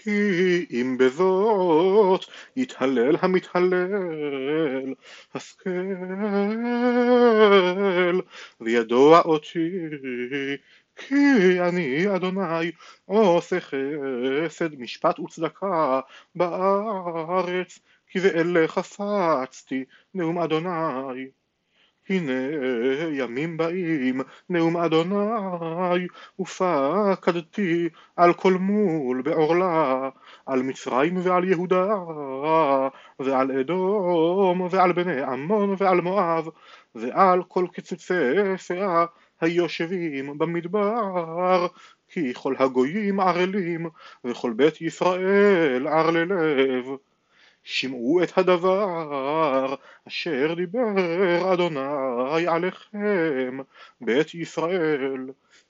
כי אם בזאת יתהלל המתהלל, השכל וידוע אותי, כי אני אדוני עושה חסד משפט וצדקה בארץ, כי ואלה חפצתי נאום אדוני. הנה ימים באים נאום אדוני, ופקדתי על כל מול בעורלה, על מצרים ועל יהודה ועל אדום ועל בני עמון ועל מואב ועל כל קצצי פאה היושבים במדבר, כי כל הגויים ערלים וכל בית ישראל ערלי לב. שמעו את הדבר אשר דיבר אדוני עליכם בית ישראל.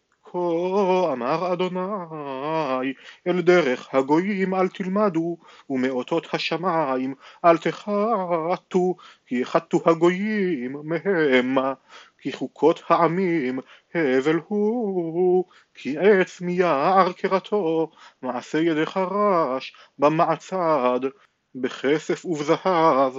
כה אמר אדוני, אל דרך הגויים אל תלמדו, ומאותות השמיים אל תחתו, כי יחתו הגויים מהמה, כי חוקות העמים הבל הוא, כי עץ מיער קרתו, מעשה ידי חרש במעצד, בכסף ובזהב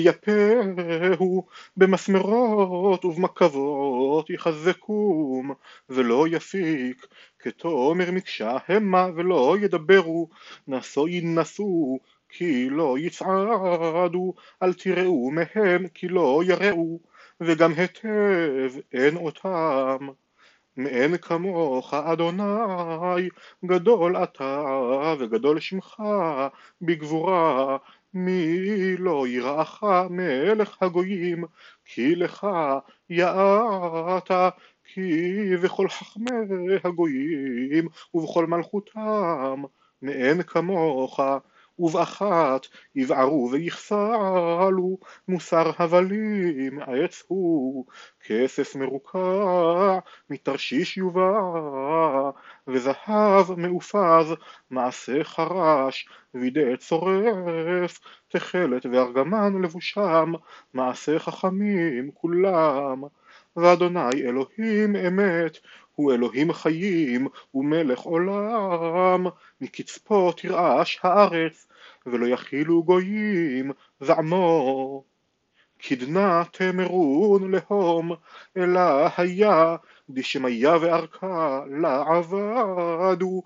ייפהו, במסמרות ובמקבות יחזקום, ולא יפיק, כתומר מקשה המה ולא ידברו, נשוא ינסו כי לא יצעדו, אל תראו מהם כי לא יראו, וגם היטב אין אותם. מאין כמוך אדוני, גדול אתה וגדול שמך בגבורה, מי לא יראך מלך הגויים, כי לך יאת, כי בכל חכמי הגויים ובכל מלכותם מאין כמוך, ובאחת יבערו ויחסלו, מוסר הבלים עץ הוא, כסף מרוקע מתרשיש יובא, וזהב מאופז מעשה חרש, וידי צורף תכלת וארגמן לבושם, מעשה חכמים כולם. ואדוני אלוהים אמת, הוא אלוהים חיים ומלך עולם, מקצפו תרעש הארץ, ולא יכילו גויים זעמו. כדנה תמרון להום, אלא היה דשמיה וארכה לעבדו,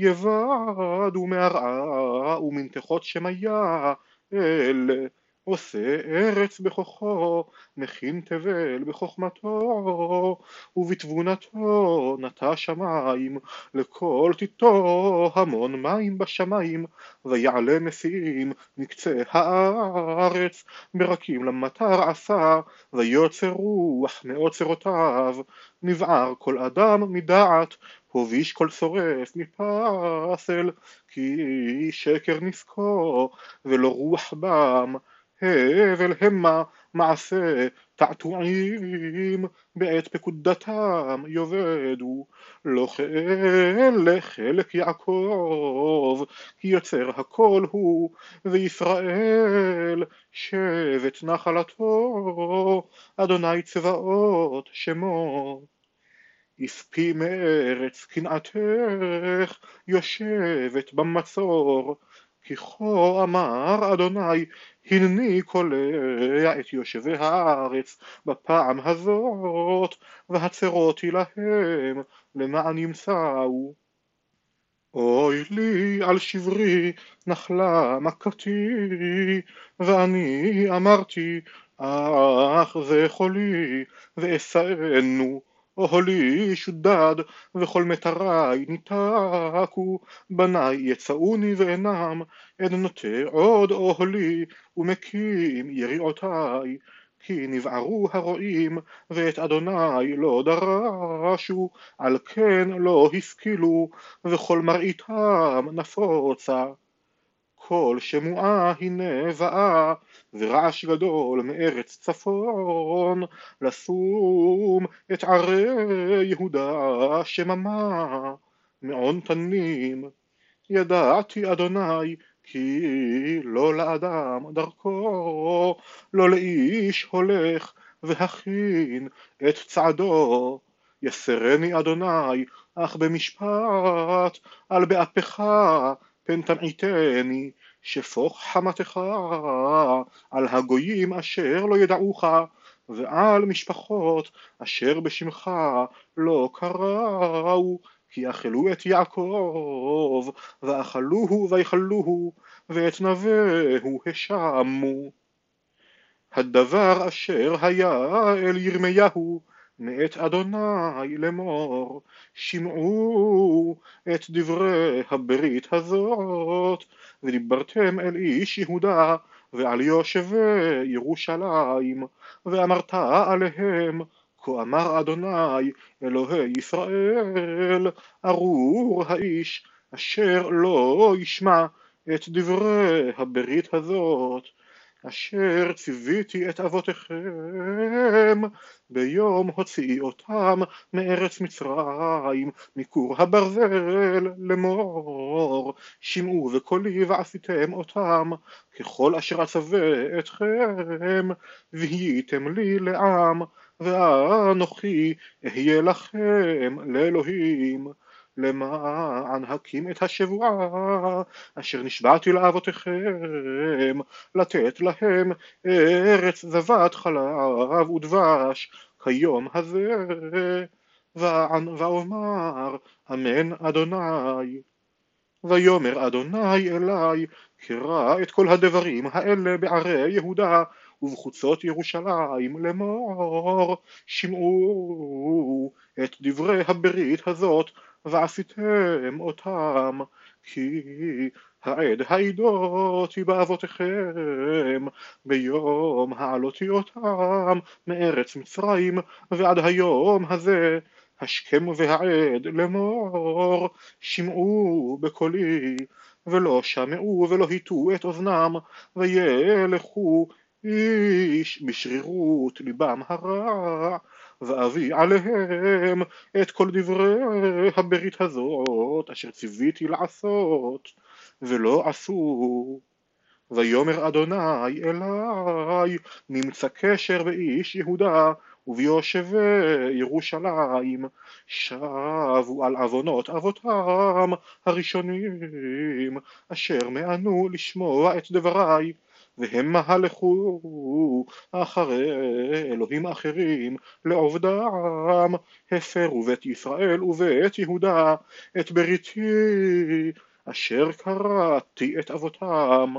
יבדו מהרעה ומנתחות שמיה, אלה עושה ארץ בכוחו, מכין תבל בחוכמתו, ובתבונתו נטע שמים, לכל תיתו המון מים בשמיים, ויעלה נשיאים מקצה הארץ, ברקים למטר עשה, ויוצר רוח מאוצרותיו, נבער כל אדם מדעת, הוביש כל שורף מפסל, כי שקר נזקו ולא רוח בם, הבל המה מעשה תעתועים, בעת פקודתם יאבדו, לא כאלה חלק יעקב, כי יוצר הכל הוא, וישראל שבט נחלתו, אדוני צבאות שמו. יספי מארץ קנאתך יושבת במצור, כי כה אמר אדוני, הנני קולע את יושבי הארץ בפעם הזאת, והצרותי להם למען ימצאו. אוי לי על שברי נחלה מכתי, ואני אמרתי אך זה חולי ואשאנו, אוהלי שודד וכל מטרי ניתקו, בני יצאוני ואינם, אין נוטה עוד אוהלי ומקים יריעותי, כי נבערו הרועים ואת אדוני לא דרשו, על כן לא השכילו וכל מראיתם נפוצה. כל שמועה הנה באה, ורעש גדול מארץ צפון, לשום את ערי יהודה שממה, מעון תנים. ידעתי אדוני, כי לא לאדם דרכו, לא לאיש הולך והכין את צעדו. יסרני אדוני, אך במשפט על באפך פן תמעיתני שפוך חמתך על הגויים אשר לא ידעוך, ועל משפחות אשר בשמך לא קראו, כי אכלו את יעקב ואכלוהו ויכלוהו, ואת נווהו השמו. הדבר אשר היה אל ירמיהו מאת אדוני לאמור, שמעו את דברי הברית הזאת, ודיברתם אל איש יהודה ועל יושבי ירושלים, ואמרת עליהם, כה אמר אדוני אלוהי ישראל, ארור האיש אשר לא ישמע את דברי הברית הזאת, אשר ציוויתי את אבותיכם ביום הוציאי אותם מארץ מצרים מכור הברזל לאמור, שמעו בקולי ועשיתם אותם ככל אשר אצווה אתכם, והייתם לי לעם, ואנוכי אהיה לכם לאלוהים, למען הקים את השבועה אשר נשבעתי לאבותיכם לתת להם ארץ זבת חלב ודבש כיום הזה, ואומר אמן אדוני. ויאמר אדוני אלי, קרא את כל הדברים האלה בערי יהודה ובחוצות ירושלים לאמור, שמעו את דברי הברית הזאת ועשיתם אותם, כי העד העידותי באבותיכם ביום העלותי אותם מארץ מצרים ועד היום הזה, השכם והעד לאמור, שמעו בקולי, ולא שמעו ולא היטו את אוזנם, וילכו איש בשרירות ליבם הרע, ואביא עליהם את כל דברי הברית הזאת אשר ציוויתי לעשות, ולא עשו. ויאמר אדוני אלי, נמצא קשר באיש יהודה וביושבי ירושלים, שבו על עוונות אבותם הראשונים אשר מענו לשמוע את דבריי, והם מהלכו אחרי אלוהים אחרים לעובדם, הפרו בית ישראל ובית יהודה את בריתי אשר קראתי את אבותם.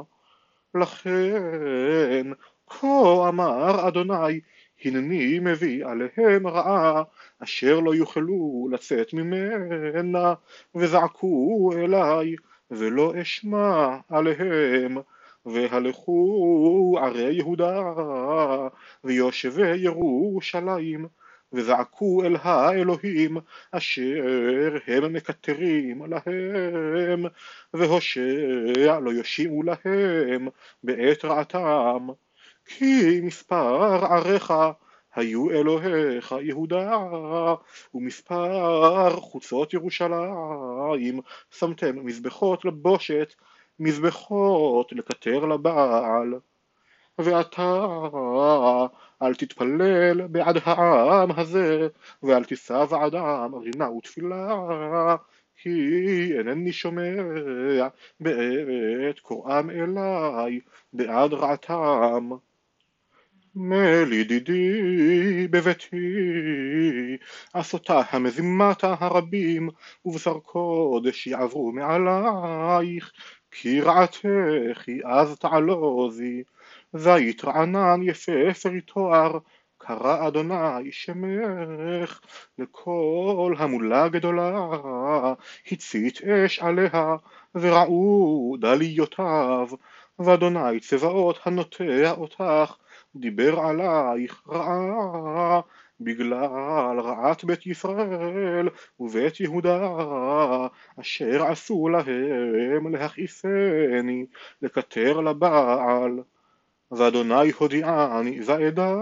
לכן כה אמר אדוני, הנני מביא עליהם רעה אשר לא יוכלו לצאת ממנה, וזעקו אליי ולא אשמע עליהם, והלכו ערי יהודה ויושבי ירושלים וזעקו אל האלוהים אשר הם מקטרים להם, והושע לא יושיעו להם בעת רעתם, כי מספר עריך היו אלוהיך יהודה, ומספר חוצות ירושלים שמתם מזבחות לבושת, מזבחות לקטר לבעל. ואתה אל תתפלל בעד העם הזה, ואל תישא בעדם רינה ותפילה, כי אינני שומע בעת קוראם אליי בעד רעתם. מל ידידי בביתי, עשותה המזימתה הרבים, ובשר קודש יעברו מעלייך, כי רעתך היא אז תעלוזי, זית רענן יפה פרי תואר, קרא אדוני שמך, לכל המולה גדולה, הצית אש עליה, וראו דליותיו, ואדוני צבאות הנוטע אותך, דיבר עלייך רעה, בגלל רעת בית ישראל ובית יהודה, אשר עשו להם להכעיסני, לקטר לבעל. ואדוני הודיעני ואדע,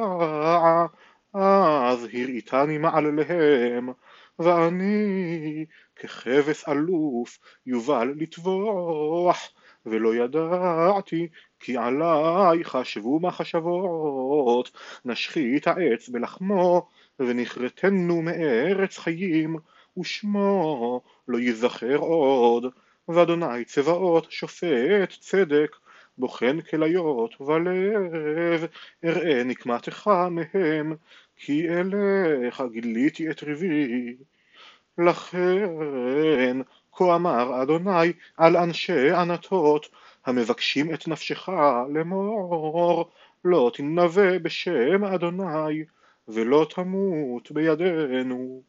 אז הראיתני מעליהם, ואני ככבש אלוף יובל לטבוח, ולא ידעתי כי עלי חשבו מחשבות, נשחית העץ בלחמו ונכרתנו מארץ חיים, ושמו לא ייזכר עוד. ואדוני צבאות שופט צדק, בוחן כליות ולב, אראה נקמתך מהם, כי אליך גיליתי את ריבי. לכן כה אמר אדוני על אנשי ענתות, המבקשים את נפשך לאמור, לא תנבא בשם אדוני, ולא תמות בידינו.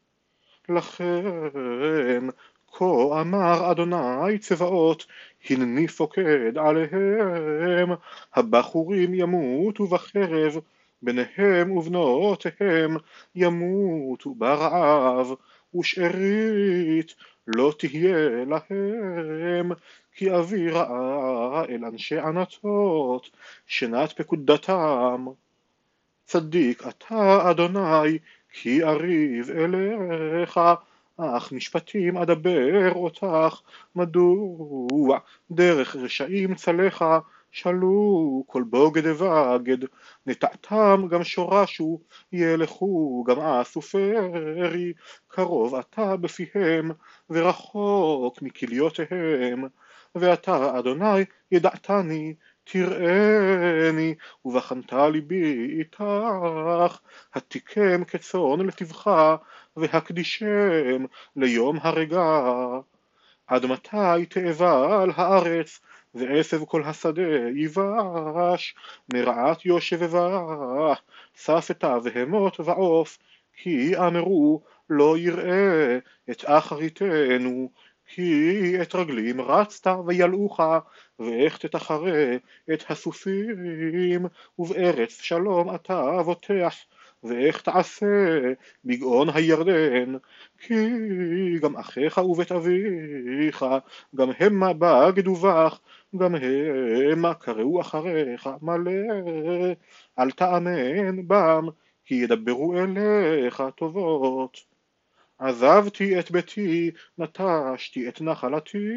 לכן כה אמר אדוני צבאות, הנני פוקד עליהם, הבחורים ימותו בחרב, בניהם ובנותיהם ימותו ברעב, ושארית לא תהיה להם, כי אבי רעה אל אנשי ענתות, שנת פקודתם. צדיק אתה אדוני, כי אריב אליך, אך משפטים אדבר אותך, מדוע דרך רשעים צלך, שלו כל בוגד ובגד, נטעתם גם שורשו, ילכו גם אסופרי, קרוב אתה בפיהם, ורחוק מכליותיהם, ואתה אדוני ידעתני, תראני, ובחנת ליבי איתך, התיקם כצאן לטבחה, והקדישם ליום הרגע. עד מתי תאבל הארץ, ועשב כל השדה ייבש, מרעת יושבבה, שפתה בהמות ועוף, כי אמרו לא יראה את אחריתנו, כי את רגלים רצת וילאוך, ואיך תתחרה את הסוסים, ובארץ שלום אתה בוטח, ואיך תעשה בגאון הירדן, כי גם אחיך ובית אביך, גם המה בגדו בך, גם המה קראו אחריך מלא, אל תאמן בם, כי ידברו אליך טובות. עזבתי את ביתי, נטשתי את נחלתי,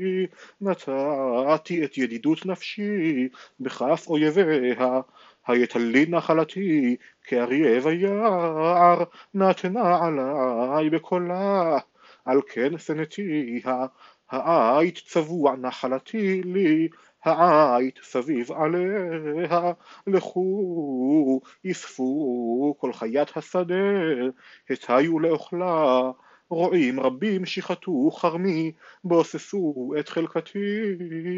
נתתי את ידידות נפשי בכף אויביה, הייתה לי נחלתי כאריה ויער, נתנה עלי בקולה, על כן שנאתיה, העית צבוע נחלתי לי, העית סביב עליה, לכו יספו כל חיית השדה, התיו לאוכלה, רועים רבים שיחתו חרמי, בוססו את חלקתי,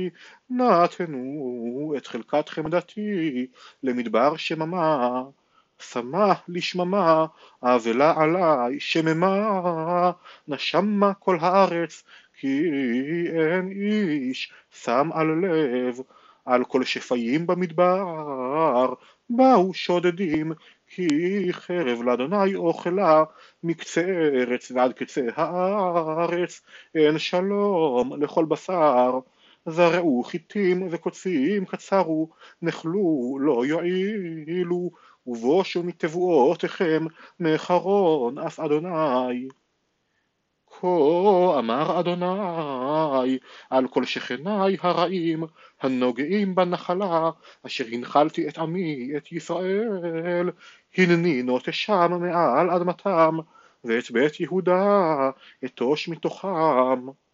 נתנו את חלקת חמדתי למדבר שממה, שמה לשממה, אבלה עלי שממה, נשמה כל הארץ, כי אין איש שם על לב, על כל שפיים במדבר, באו שודדים, כי חרב לאדוני אוכלה, מקצה ארץ ועד קצה הארץ, אין שלום לכל בשר, זרעו חיטים וקוצים קצרו, נחלו לא יועילו, ובושו מתבואותיכם, מחרון אף אדוני. כה אמר אדוני על כל שכני הרעים, הנוגעים בנחלה, אשר הנחלתי את עמי, את ישראל, הנני נוטשם מעל אדמתם, ואת בית יהודה אטוש מתוכם.